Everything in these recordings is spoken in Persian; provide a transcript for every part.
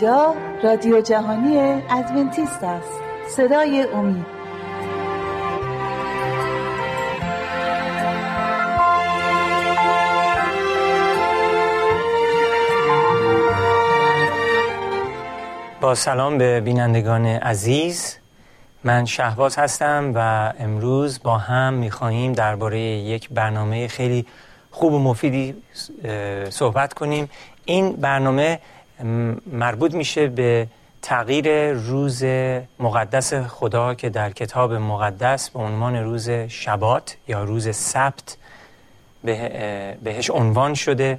اینجا رادیو جهانی ادونتیست است، صدای امید. با سلام به بینندگان عزیز، من شهباز هستم و امروز با هم می‌خواهیم درباره یک برنامه خیلی خوب و مفیدی صحبت کنیم. این برنامه مربوط میشه به تغییر روز مقدس خدا که در کتاب مقدس به عنوان روز شبات یا روز سبت بهش عنوان شده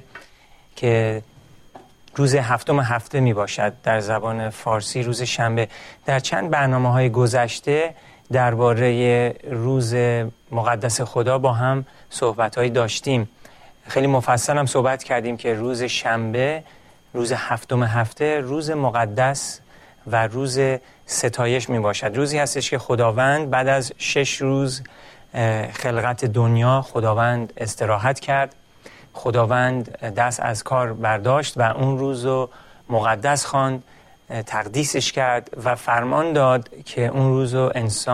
که روز هفتم هفته می باشد. در زبان فارسی روز شنبه. در چند برنامه‌های گذشته درباره روز مقدس خدا با هم صحبت‌هایی داشتیم. خیلی مفصل هم صحبت کردیم که روز شنبه، روز هفتم هفته، روز مقدس و روز ستایش می باشد. روزی هستش که خداوند بعد از 6 روز خلقت دنیا خداوند استراحت کرد. خداوند دست از کار برداشت و اون روز رو مقدس خواند، تقدیسش کرد و فرمان داد که اون روز رو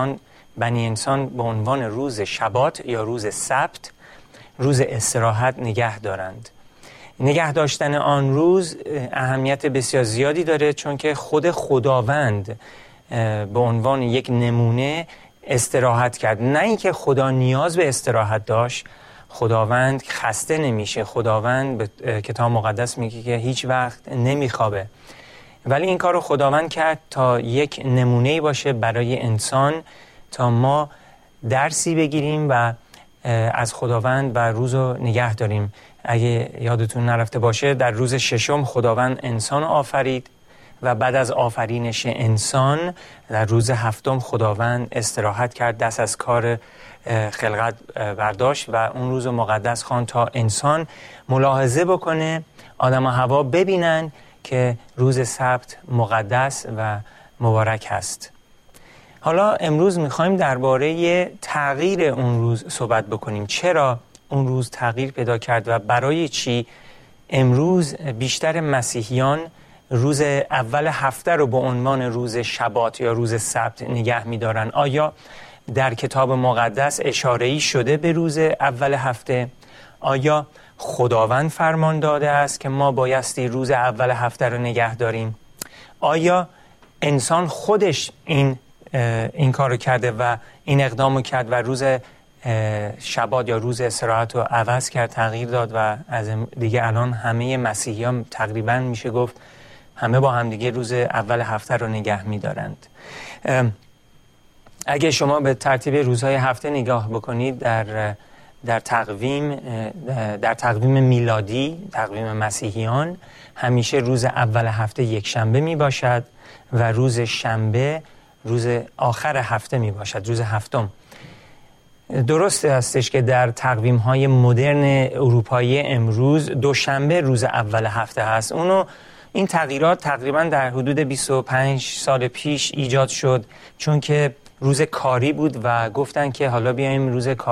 بنی انسان به عنوان روز شبات یا روز سبت، روز استراحت نگه دارند. نگه داشتن آن روز اهمیت بسیار زیادی داره، چون که خود خداوند به عنوان یک نمونه استراحت کرد. نه اینکه خدا نیاز به استراحت داشت، خداوند خسته نمیشه. خداوند به کتاب مقدس میگه که هیچ وقت نمیخوابه، ولی این کار رو خداوند کرد تا یک نمونه‌ای باشه برای انسان، تا ما درسی بگیریم و از خداوند و روز رو نگه داریم. اگه یادتون نرفته باشه، در روز ششم خداوند انسان آفرید و بعد از آفرینش انسان در روز هفتم خداوند استراحت کرد، دست از کار خلقت برداشت و اون روز مقدس خواند تا انسان ملاحظه بکنه، آدم و حوا ببینن که روز سبت مقدس و مبارک هست. حالا امروز میخوایم درباره تغییر اون روز صحبت بکنیم. چرا اون روز تغییر پیدا کرد و برای چی امروز بیشتر مسیحیان روز اول هفته رو به عنوان روز شبات یا روز سبت نگه می‌دارن؟ آیا در کتاب مقدس اشاره‌ای شده به روز اول هفته؟ آیا خداوند فرمان داده است که ما بایستی روز اول هفته رو نگه داریم؟ آیا انسان خودش این کارو کرده و این اقدامو کرد و روز شبات یا روز استراحت رو عوض کرد، تغییر داد و از دیگه الان همه مسیحیان تقریبا میشه گفت همه با هم دیگه روز اول هفته رو نگه می‌دارند؟ اگه شما به ترتیب روزهای هفته نگاه بکنید در تقویم میلادی، تقویم مسیحیان، همیشه روز اول هفته یک شنبه می باشد و روز شنبه روز آخر هفته می باشد، روز هفتم. درست هستش که در تقویم‌های مدرن اروپایی امروز دوشنبه روز اول هفته هست. این تغییرات تقریبا در حدود 25 سال پیش ایجاد شد، چون که روز کاری بود و گفتن که حالا بیایم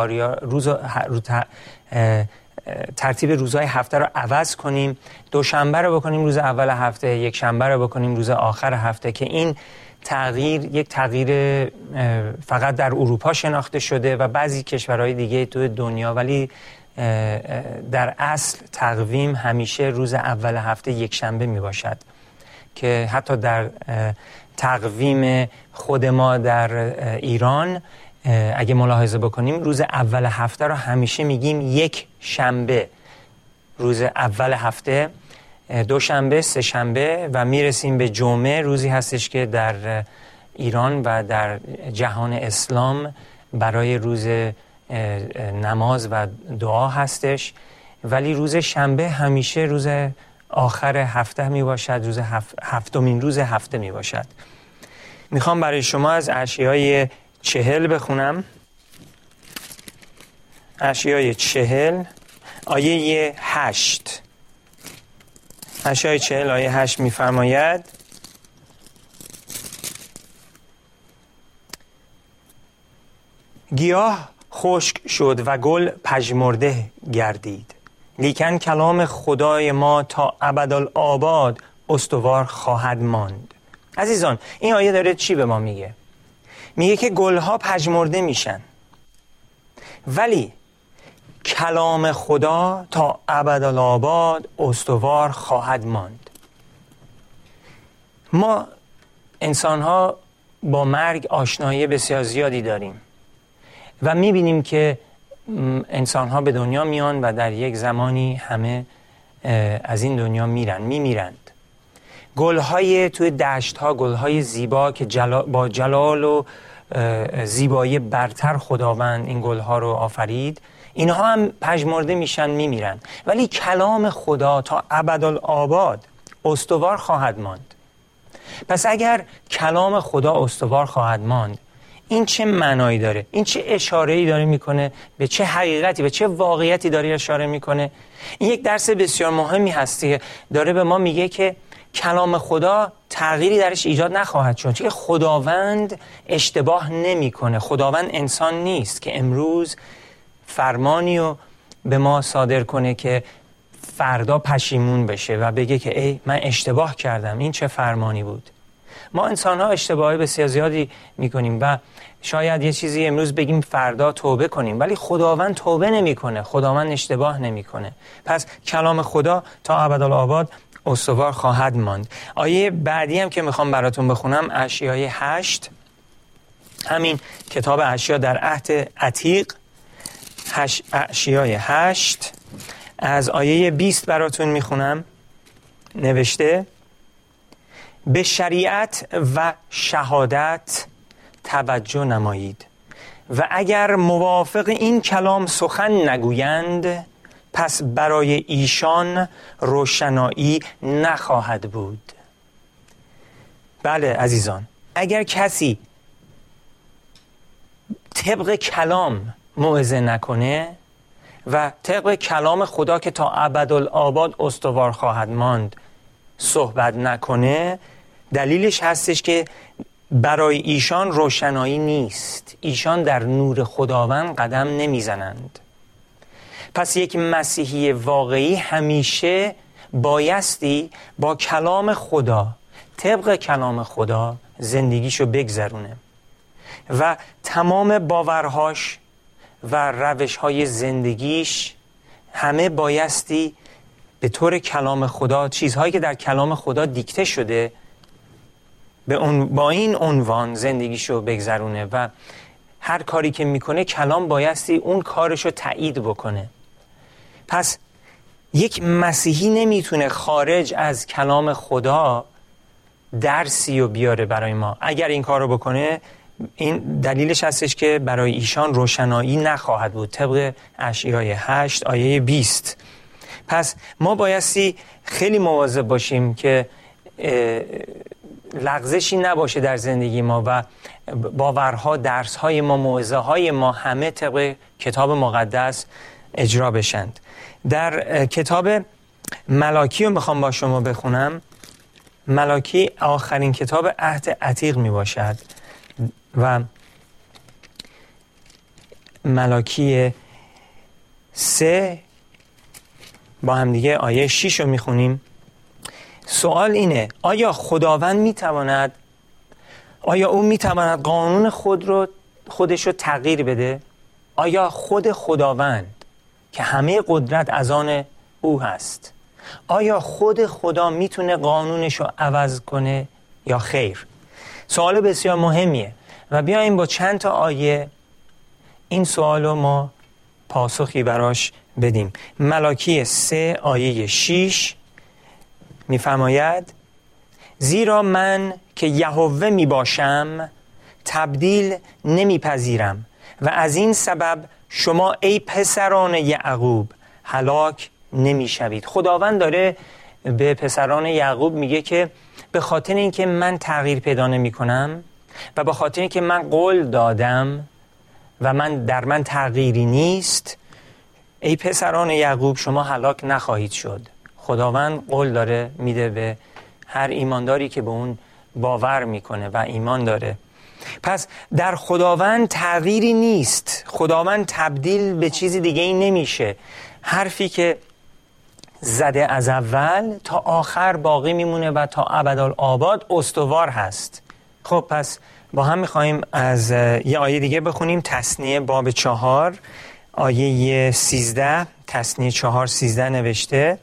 ترتیب روزهای هفته رو عوض کنیم، دوشنبه رو بکنیم روز اول هفته، یک شنبه رو بکنیم روز آخر هفته، که این تغییر یک تغییر فقط در اروپا شناخته شده و بعضی کشورهای دیگه تو دنیا، ولی در اصل تقویم همیشه روز اول هفته یک شنبه می باشد، که حتی در تقویم خود ما در ایران اگه ملاحظه بکنیم روز اول هفته رو همیشه میگیم یک شنبه، روز اول هفته، دوشنبه، سه شنبه و میرسیم به جمعه، روزی هستش که در ایران و در جهان اسلام برای روز نماز و دعا هستش، ولی روز شنبه همیشه روز آخر هفته می باشد، روز هفتمین روز هفته می باشد. میخوام برای شما از اشعیای 40 بخونم. اشعیای 40 آیه 8. اشعیای 40 آیه 8 میفرماید: گیاه خشک شد و گل پژمرده گردید، لیکن کلام خدای ما تا ابدالآباد استوار خواهد ماند. عزیزان این آیه داره چی به ما میگه؟ میگه که گلها پژمرده میشن ولی کلام خدا تا ابدالآباد استوار خواهد ماند. ما انسان‌ها با مرگ آشنایی بسیار زیادی داریم و می‌بینیم که انسان‌ها به دنیا میان و در یک زمانی همه از این دنیا میمیرند. گل‌های توی دشت‌ها، گل‌های زیبا که با جلال و زیبایی برتر خداوند این گل‌ها رو آفرید، اینها هم پژمرده میشن، میمیرن، ولی کلام خدا تا ابدالآباد استوار خواهد ماند. پس اگر کلام خدا استوار خواهد ماند، این چه معنایی داره؟ این چه اشاره‌ای داره میکنه؟ به چه حقیقتی، به چه واقعیتی داره اشاره میکنه؟ این یک درس بسیار مهمی هستی، داره به ما میگه که کلام خدا تغییری درش ایجاد نخواهد شد، چون خداوند اشتباه نمیکنه. خداوند انسان نیست که امروز فرمانی رو به ما صادر کنه که فردا پشیمون بشه و بگه که ای من اشتباه کردم، این چه فرمانی بود. ما انسان ها اشتباهی بسیار زیادی میکنیم و شاید یه چیزی امروز بگیم فردا توبه کنیم، ولی خداوند توبه نمیکنه، خداوند اشتباه نمیکنه. پس کلام خدا تا ابدالآباد استوار خواهد ماند. آیه بعدی هم که میخوام براتون بخونم اشعیا 8، همین کتاب اشعیا در عهد عتیق، اشعیا 8 از آیه 20 براتون میخونم. نوشته: به شریعت و شهادت توجه نمایید و اگر موافق این کلام سخن نگویند پس برای ایشان روشنایی نخواهد بود. بله عزیزان، اگر کسی طبق کلام موعظه نکنه و طبق کلام خدا که تا ابدالآباد استوار خواهد ماند صحبت نکنه، دلیلش هستش که برای ایشان روشنایی نیست، ایشان در نور خداوند قدم نمیزنند. پس یک مسیحی واقعی همیشه بایستی با کلام خدا، طبق کلام خدا زندگیشو بگذرونه و تمام باورهاش و روشهای زندگیش همه بایستی به طور کلام خدا، چیزهایی که در کلام خدا دیکته شده، با این عنوان زندگیشو بگذرونه و هر کاری که میکنه کلام بایستی اون کارشو تایید بکنه. پس یک مسیحی نمیتونه خارج از کلام خدا درسی رو بیاره برای ما. اگر این کارو بکنه، این دلیلش هستش که برای ایشان روشنایی نخواهد بود، طبق اشعیا 8 آیه 20. پس ما بایستی خیلی مواظب باشیم که لغزشی نباشه در زندگی ما و باورها، درسهای ما، موعظه‌های ما همه طبق کتاب مقدس اجرا بشند. در کتاب ملاکی رو میخوام با شما بخونم. ملاکی آخرین کتاب عهد عتیق می باشد و ملاکی 3 با هم دیگه آیه 6 رو میخونیم. سوال اینه: آیا خداوند میتواند، آیا او میتواند قانون خودش رو تغییر بده؟ آیا خود خداوند که همه قدرت از آن او هست، آیا خود خدا میتونه قانونش رو عوض کنه یا خیر؟ سوال بسیار مهمیه و بیایم با چند تا آیه این سوال رو ما پاسخی براش بدیم. ملاکی 3 آیه 6 میفرماید: زیرا من که یهوه می باشم تبدیل نمیپذیرم و از این سبب شما ای پسران یعقوب هلاک نمیشوید. خداوند داره به پسران یعقوب میگه که به خاطر اینکه من تغییر پیدا نمی کنم و به خاطر اینکه من قول دادم و در من تغییری نیست، ای پسران یعقوب شما هلاک نخواهید شد. خداوند قول داره میده به هر ایمانداری که به اون باور میکنه و ایمان داره. پس در خداوند تغییری نیست، خداوند تبدیل به چیزی دیگه ای نمیشه. حرفی که زده از اول تا آخر باقی میمونه و تا ابدالآباد استوار هست. خب پس با هم میخواییم از یه آیه دیگه بخونیم. تثنیه باب 4 آیه 13. تثنیه 4:13 نوشته.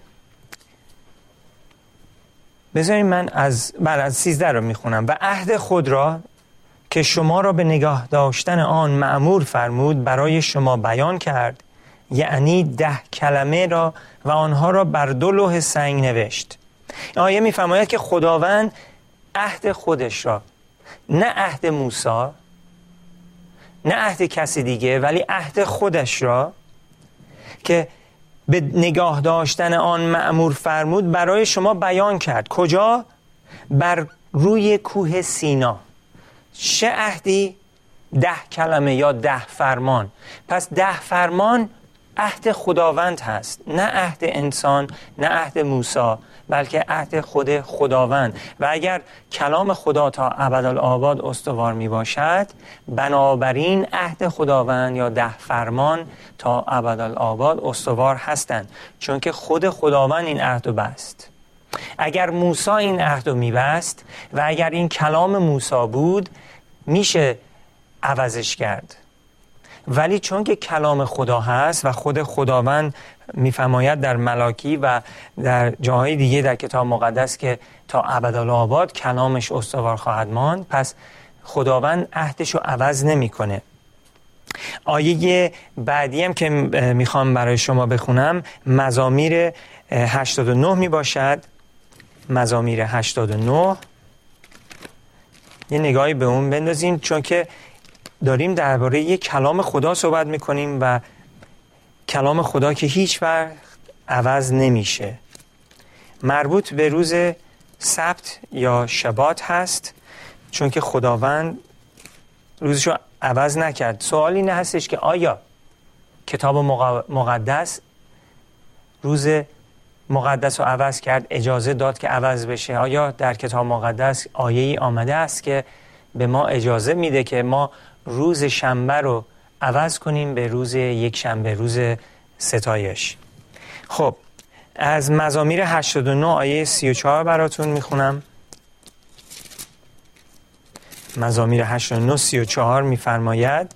بذارید من از 13 رو میخونم. و عهد خود را که شما را به نگاه داشتن آن مأمور فرمود برای شما بیان کرد، یعنی 10 کلمه را و آنها را بر 2 لوح سنگ نوشت. آیه میفرماید که خداوند عهد خودش را، نه عهد موسی، نه عهد کسی دیگه، ولی عهد خودش را که به نگاه داشتن آن مأمور فرمود برای شما بیان کرد. کجا؟ بر روی کوه سینا. چه عهدی؟ 10 کلمه یا 10 فرمان. پس 10 فرمان عهد خداوند هست، نه عهد انسان، نه عهد موسی، بلکه عهد خود خداوند. و اگر کلام خدا تا ابدالآباد استوار می باشد، بنابراین عهد خداوند یا 10 فرمان تا ابدالآباد استوار هستند، چون که خود خداوند این عهد رو بست. اگر موسی این عهد رو می بست و اگر این کلام موسی بود، میشه عوضش کرد. ولی چون که کلام خدا هست و خود خداوند میفرماید در ملاکی و در جاهای دیگه در کتاب مقدس که تا ابدالآباد کلامش استوار خواهد ماند، پس خداوند عهدش رو عوض نمیکنه. آیه بعدی هم که میخوام برای شما بخونم مزامیر 89 میباشد. مزامیر 89 یه نگاهی به اون بندازیم، چون که داریم درباره یک کلام خدا صحبت میکنیم و کلام خدا که هیچ وقت عوض نمیشه. مربوط به روز سبت یا شبات هست، چون که خداوند روزشو عوض نکرد. سوال این هستش که آیا کتاب مقدس روز مقدس رو عوض کرد، اجازه داد که عوض بشه؟ آیا در کتاب مقدس آیه‌ای آمده است که به ما اجازه میده که ما روز شنبه رو عوض کنیم به روز یک شنبه، روز ستایش؟ خب از مزامیر 89 آیه 34 براتون میخونم. مزامیر 89 34 میفرماید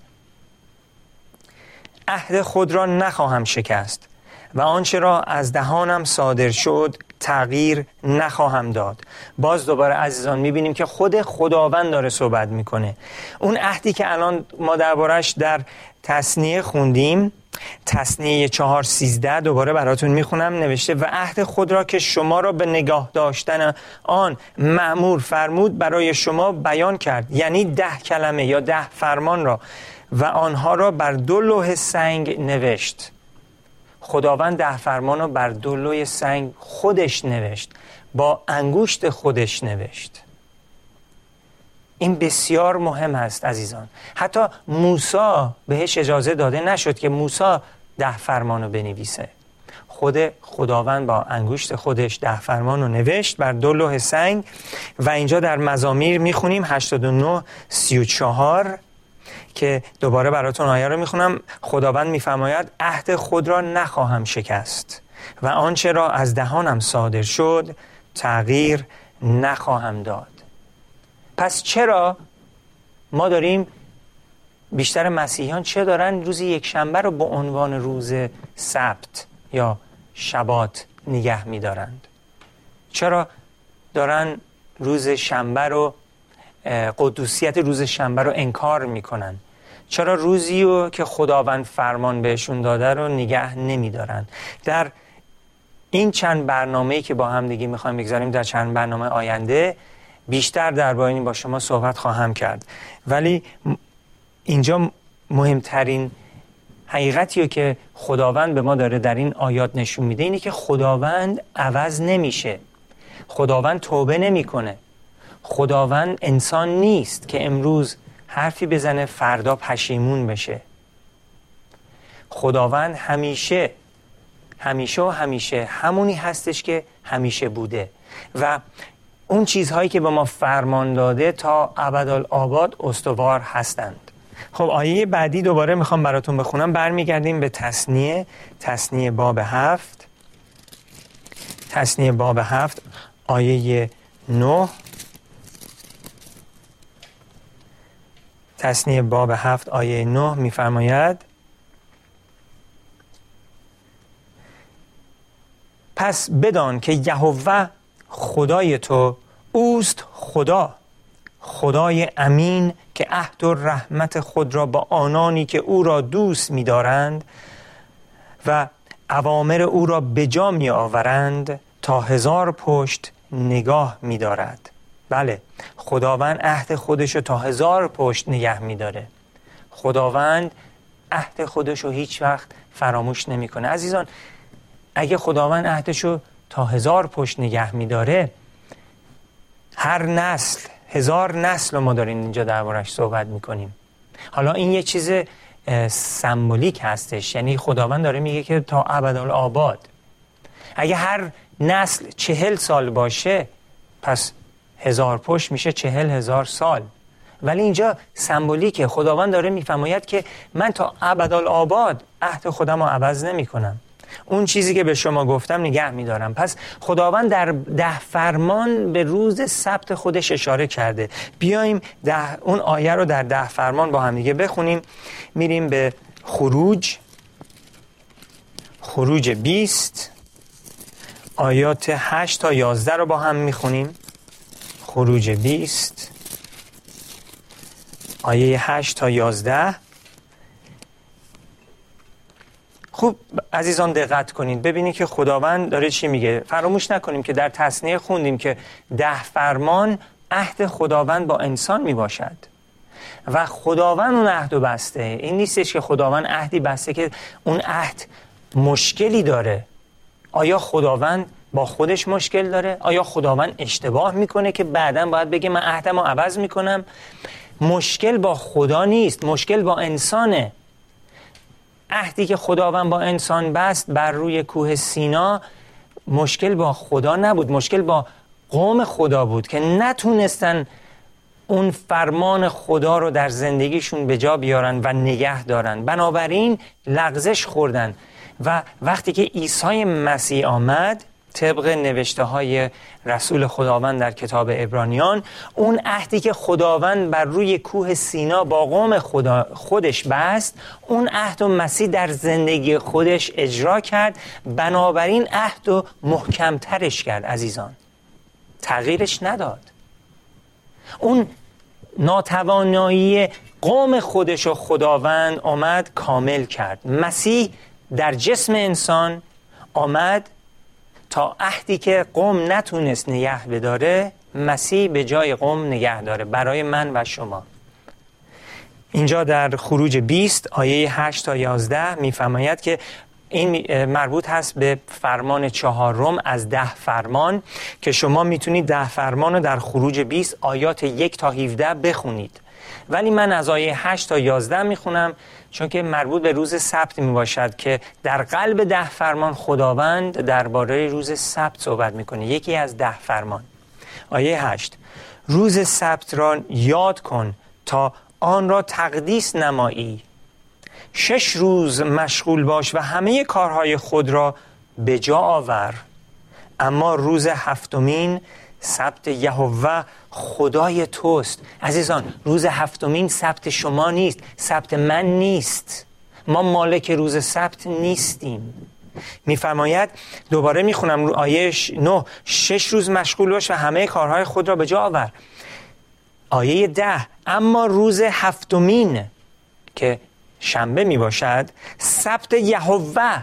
عهد خود را نخواهم شکست و آنچه را از دهانم صادر شد تغییر نخواهم داد. باز دوباره عزیزان میبینیم که خود خداوند داره صحبت میکنه. اون عهدی که الان ما دربارش در تثنیه خوندیم، تثنیه 4:13 دوباره براتون میخونم. نوشته و عهد خود را که شما را به نگاه داشتن آن مأمور فرمود برای شما بیان کرد، یعنی 10 کلمه یا 10 فرمان را و آنها را بر 2 لوح سنگ نوشت. خداوند 10 فرمان رو بر 2 لوح سنگ خودش نوشت، با انگشت خودش نوشت. این بسیار مهم است عزیزان. حتی موسی بهش اجازه داده نشد که موسی 10 فرمان رو بنویسه. خود خداوند با انگشت خودش 10 فرمان رو نوشت بر 2 لوح سنگ. و اینجا در مزامیر میخونیم 89:34 که دوباره براتون آیه رو میخونم. خداوند میفرماید عهد خود را نخواهم شکست و آنچه را از دهانم صادر شد تغییر نخواهم داد. پس چرا ما داریم، بیشتر مسیحیان چه دارن روز یک شنبه رو به عنوان روز سبت یا شبات نگه میدارند؟ چرا دارن روز شنبه رو، قدوسیت روز شنبه رو انکار میکنن؟ چرا روزی رو که خداوند فرمان بهشون داده رو نگه نمیدارن؟ در این چند برنامه‌ای که با هم دیگه میخوایم بگذاریم، در چند برنامه آینده بیشتر درباره این با شما صحبت خواهم کرد. ولی اینجا مهمترین حقیقتی رو که خداوند به ما داره در این آیات نشون میده اینه که خداوند عوض نمیشه. خداوند توبه نمیکنه. خداوند انسان نیست که امروز حرفی بزنه فردا پشیمون بشه. خداوند همیشه و همیشه همونی هستش که همیشه بوده و اون چیزهایی که به ما فرمان داده تا ابدالآباد استوار هستند. خب آیه بعدی دوباره میخوام براتون بخونم. برمیگردیم به تثنیه باب 7. تثنیه باب 7 آیه 9. تثنیه باب 7 آیه 9 می‌فرماید پس بدان که یهوه خدای تو اوست خدای امین که عهد و رحمت خود را با آنانی که او را دوست می‌دارند و اوامر او را به جا می‌آورند تا 1000 پشت نگاه می‌دارد. بله، خداوند عهد خودشو تا 1000 پشت نگه می‌داره. خداوند عهد خودشو هیچ وقت فراموش نمی‌کنه. عزیزان، اگه خداوند عهدشو تا 1000 پشت نگه می‌داره، هر نسل 1000 نسل ما داریم اینجا دربارش صحبت می‌کنیم. حالا این یه چیز سمبولیک هستش، یعنی خداوند داره میگه که تا ابدالآباد. اگه هر نسل 40 سال باشه، پس 1000 پشت میشه 40,000 سال. ولی اینجا سمبولیکه، خداوند داره میفرماید که من تا ابدالآباد عهد خودم رو عوض نمی کنم. اون چیزی که به شما گفتم نگه میدارم. پس خداوند در 10 فرمان به روز سبت خودش اشاره کرده. بیایم اون آیه رو در 10 فرمان با هم دیگه بخونیم. میریم به خروج 20 آیات 8 تا 11 رو با هم میخونیم. خروج 20 آیه 8 تا 11. خوب عزیزان دقت کنید، ببینید که خداوند داره چی میگه. فراموش نکنیم که در تثنیه خوندیم که 10 فرمان عهد خداوند با انسان میباشد و خداوند اون عهد رو بسته. این نیستش که خداوند عهدی بسته که اون عهد مشکلی داره. آیا خداوند با خودش مشکل داره؟ آیا خداوند اشتباه میکنه که بعداً باید بگه من عهدم رو عوض میکنم؟ مشکل با خدا نیست، مشکل با انسانه. عهدی که خداوند با انسان بست بر روی کوه سینا، مشکل با خدا نبود، مشکل با قوم خدا بود که نتونستن اون فرمان خدا رو در زندگیشون به جا بیارن و نگه دارن. بنابراین لغزش خوردن و وقتی که عیسی مسیح آمد، طبق نوشته های رسول خداوند در کتاب عبرانیان، اون عهدی که خداوند بر روی کوه سینا با قوم خودش بست، اون عهد و مسیح در زندگی خودش اجرا کرد. بنابراین عهد رو محکمترش کرد عزیزان، تغییرش نداد. اون ناتوانایی قوم خودش و خداوند آمد کامل کرد. مسیح در جسم انسان آمد تا عهدی که قوم نتونست نگه بداره، مسیح به جای قوم نگه داره برای من و شما. اینجا در خروج 20 آیه 8 تا 11 میفرماید که این مربوط هست به فرمان 4 از 10 فرمان که شما میتونید 10 فرمان رو در خروج 20 آیات 1 تا 17 بخونید. ولی من از آیه 8 تا 11 میخونم چون که مربوط به روز سبت میباشد که در قلب 10 فرمان خداوند درباره روز سبت صحبت میکنه. یکی از 10 فرمان. آیه 8: روز سبت را یاد کن تا آن را تقدیس نمایی. 6 روز مشغول باش و همه کارهای خود را به جا آور، اما روز 7مین سبت یهوه خدای توست. عزیزان، روز 7مین سبت شما نیست، سبت من نیست. ما مالک روز سبت نیستیم. میفرماید، دوباره میخونم رو آیه 9: 6 روز مشغول باش و همه کارهای خود را به جا آور. آیه 10: اما روز 7مین که شنبه می باشد سبت یهوه.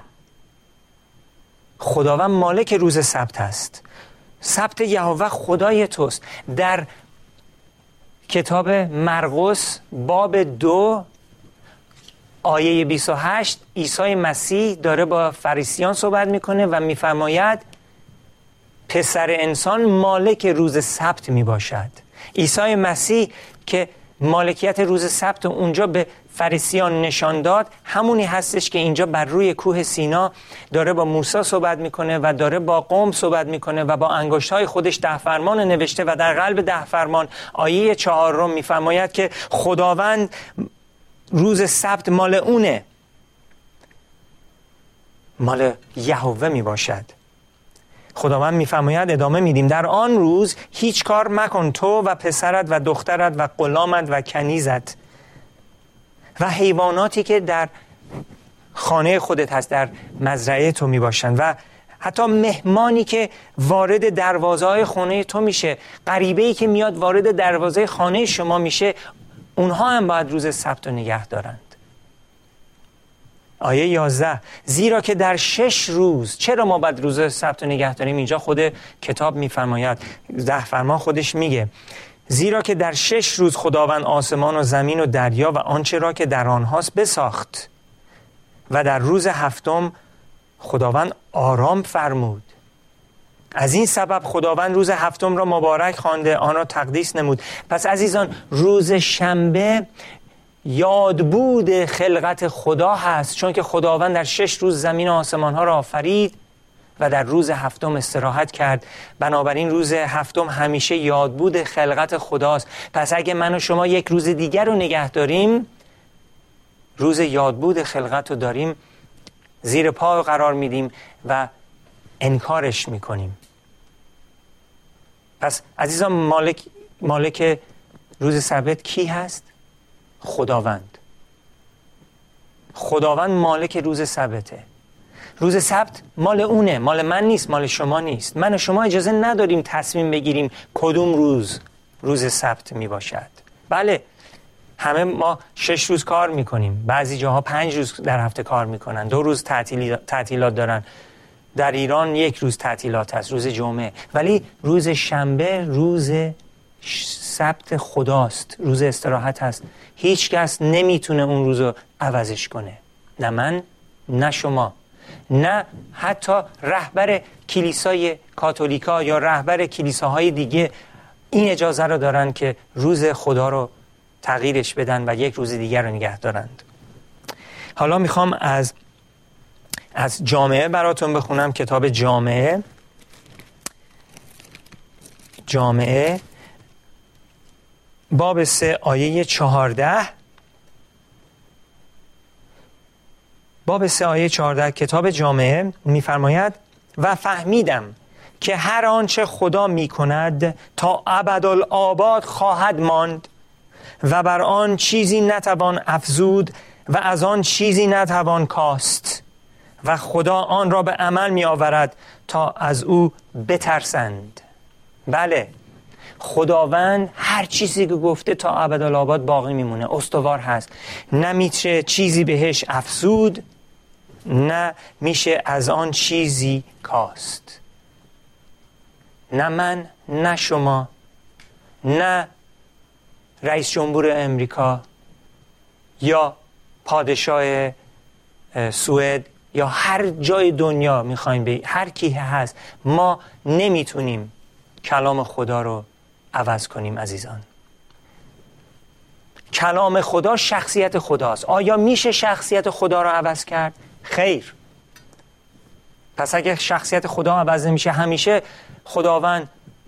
خداوند مالک روز سبت است. سبت یهوه خدای توست. در کتاب مرقس باب 2 آیه 28 عیسی مسیح داره با فریسیان صحبت میکنه و میفرماید پسر انسان مالک روز سبت می باشد. عیسی مسیح که مالکیت روز سبت اونجا به فریسیان نشان داد، همونی هستش که اینجا بر روی کوه سینا داره با موسی صحبت میکنه و داره با قوم صحبت میکنه و با انگشت‌های خودش 10 فرمان نوشته و در قلب 10 فرمان آیه 4 میفرماید که خداوند روز سبت مال اونه، مال یهوه میباشد. خداوند میفرماید، ادامه میدیم، در آن روز هیچ کار مکن تو و پسرت و دخترت و غلامت و کنیزت و حیواناتی که در خانه خودت هست، در مزرعه تو میباشند، و حتی مهمانی که وارد دروازه‌های خانه تو میشه، غریبه‌ای که میاد وارد دروازه خانه شما میشه، اونها هم باید روز سبت رو نگه دارند. آیه 11، زیرا که در 6 روز، چرا ما باید روز سبت رو نگه داریم؟ اینجا خود کتاب میفرماید، 10 فرمان خودش میگه، زیرا که در 6 روز خداوند آسمان و زمین و دریا و آنچه را که در آنهاست بساخت و در روز 7 خداوند آرام فرمود. از این سبب خداوند روز 7 را مبارک خوانده، آن را تقدیس نمود. پس عزیزان، روز شنبه یادبود خلقت خدا هست، چون که خداوند در 6 روز زمین و آسمان ها را آفرید و در روز 7 استراحت کرد. بنابراین روز 7 همیشه یادبود خلقت خداست. پس اگه من و شما یک روز دیگر رو نگه داریم، روز یادبود خلقت رو داریم، زیر پا قرار میدیم و انکارش میکنیم. پس عزیزان، مالک روز سبت کی هست؟ خداوند. خداوند مالک روز سبته. روز سبت مال اونه، مال من نیست، مال شما نیست. من و شما اجازه نداریم تصمیم بگیریم کدوم روز سبت می باشد. بله، همه ما 6 روز کار میکنیم، بعضی جاها 5 روز در هفته کار میکنن، 2 روز تعطیلات دارن. در ایران 1 روز تعطیلات هست، روز جمعه. ولی روز شنبه روز سبت خداست، روز استراحت هست. هیچ کس نمیتونه اون روزو عوضش کنه، نه من، نه شما، نه حتی رهبر کلیسای کاتولیکا یا رهبر کلیساهای دیگه این اجازه رو دارن که روز خدا رو تغییرش بدن و یک روز دیگر رو نگه دارند. حالا میخوام از جامعه براتون بخونم، کتاب جامعه باب 3 آیه 14. باب 3 آیه 14 کتاب جامعه میفرماید، و فهمیدم که هر آنچه خدا میکند تا ابدالآباد خواهد ماند و بر آن چیزی نتوان افزود و از آن چیزی نتوان کاست و خدا آن را به عمل می آورد تا از او بترسند. بله، خداوند هر چیزی که گفته تا ابدالآباد باقی میمونه، استوار هست. نمیشه چیزی بهش افزود، نه میشه از آن چیزی کاست. نه من، نه شما، نه رئیس جمهور امریکا یا پادشاه سوئد یا هر جای دنیا میخوایم به هر کی هست، ما نمیتونیم کلام خدا رو عوض کنیم. عزیزان، کلام خدا شخصیت خداست. آیا میشه شخصیت خدا رو عوض کرد؟ خیر. پس اگه شخصیت خدا عوض نمیشه، همیشه خداوند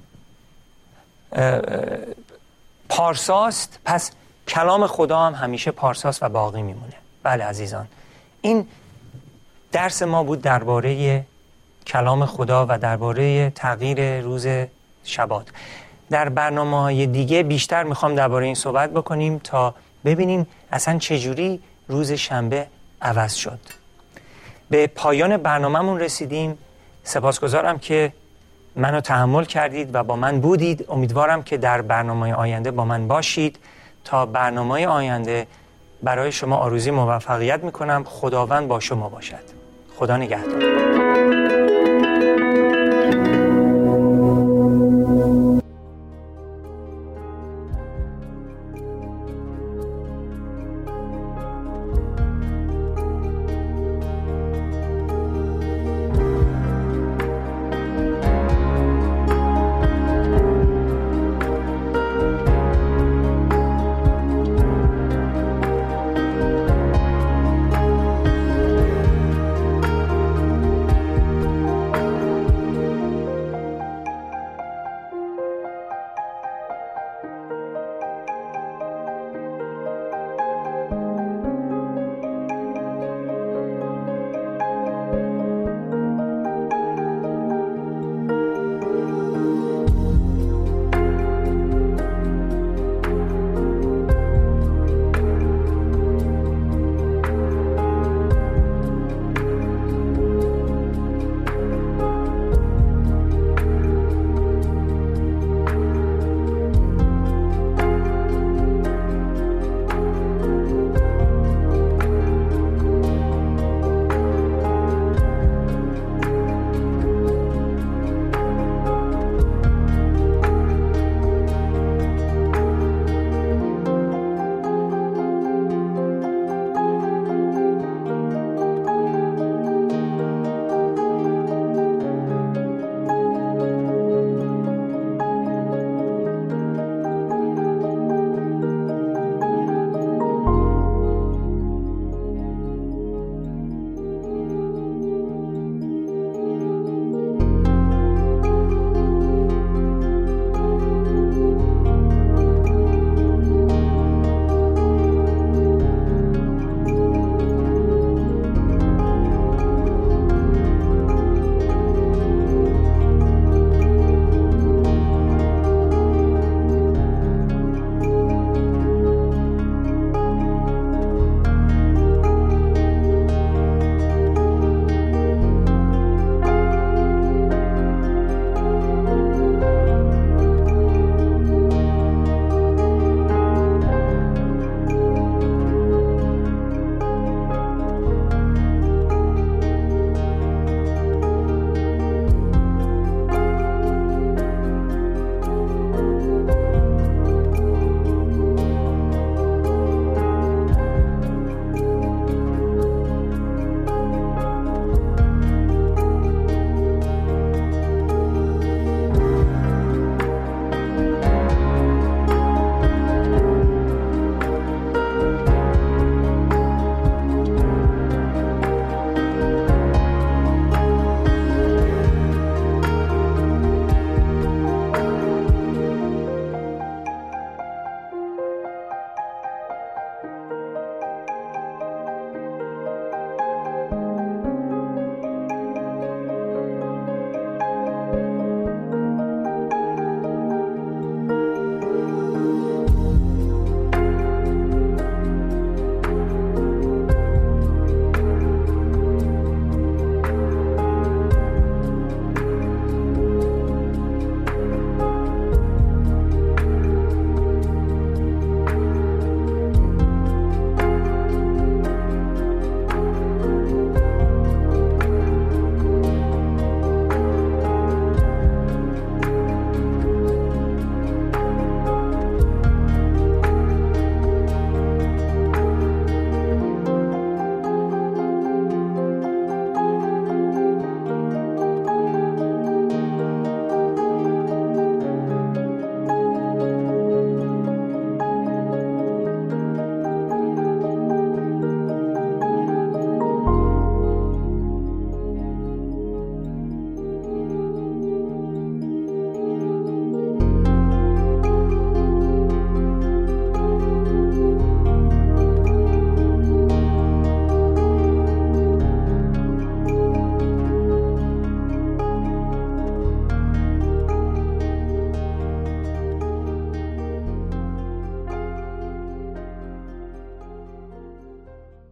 پارساست، پس کلام خدا هم همیشه پارساست و باقی میمونه. بله عزیزان، این درس ما بود درباره کلام خدا و درباره تغییر روز شبات. در برنامه‌های دیگه بیشتر میخوام درباره این صحبت بکنیم تا ببینیم اصلا چجوری روز شنبه عوض شد. به پایان برنامه‌مون رسیدیم. سپاسگزارم که منو تحمل کردید و با من بودید. امیدوارم که در برنامه آینده با من باشید. تا برنامه آینده برای شما آرزوی موفقیت میکنم. خداوند با شما باشد. خدا نگهدار.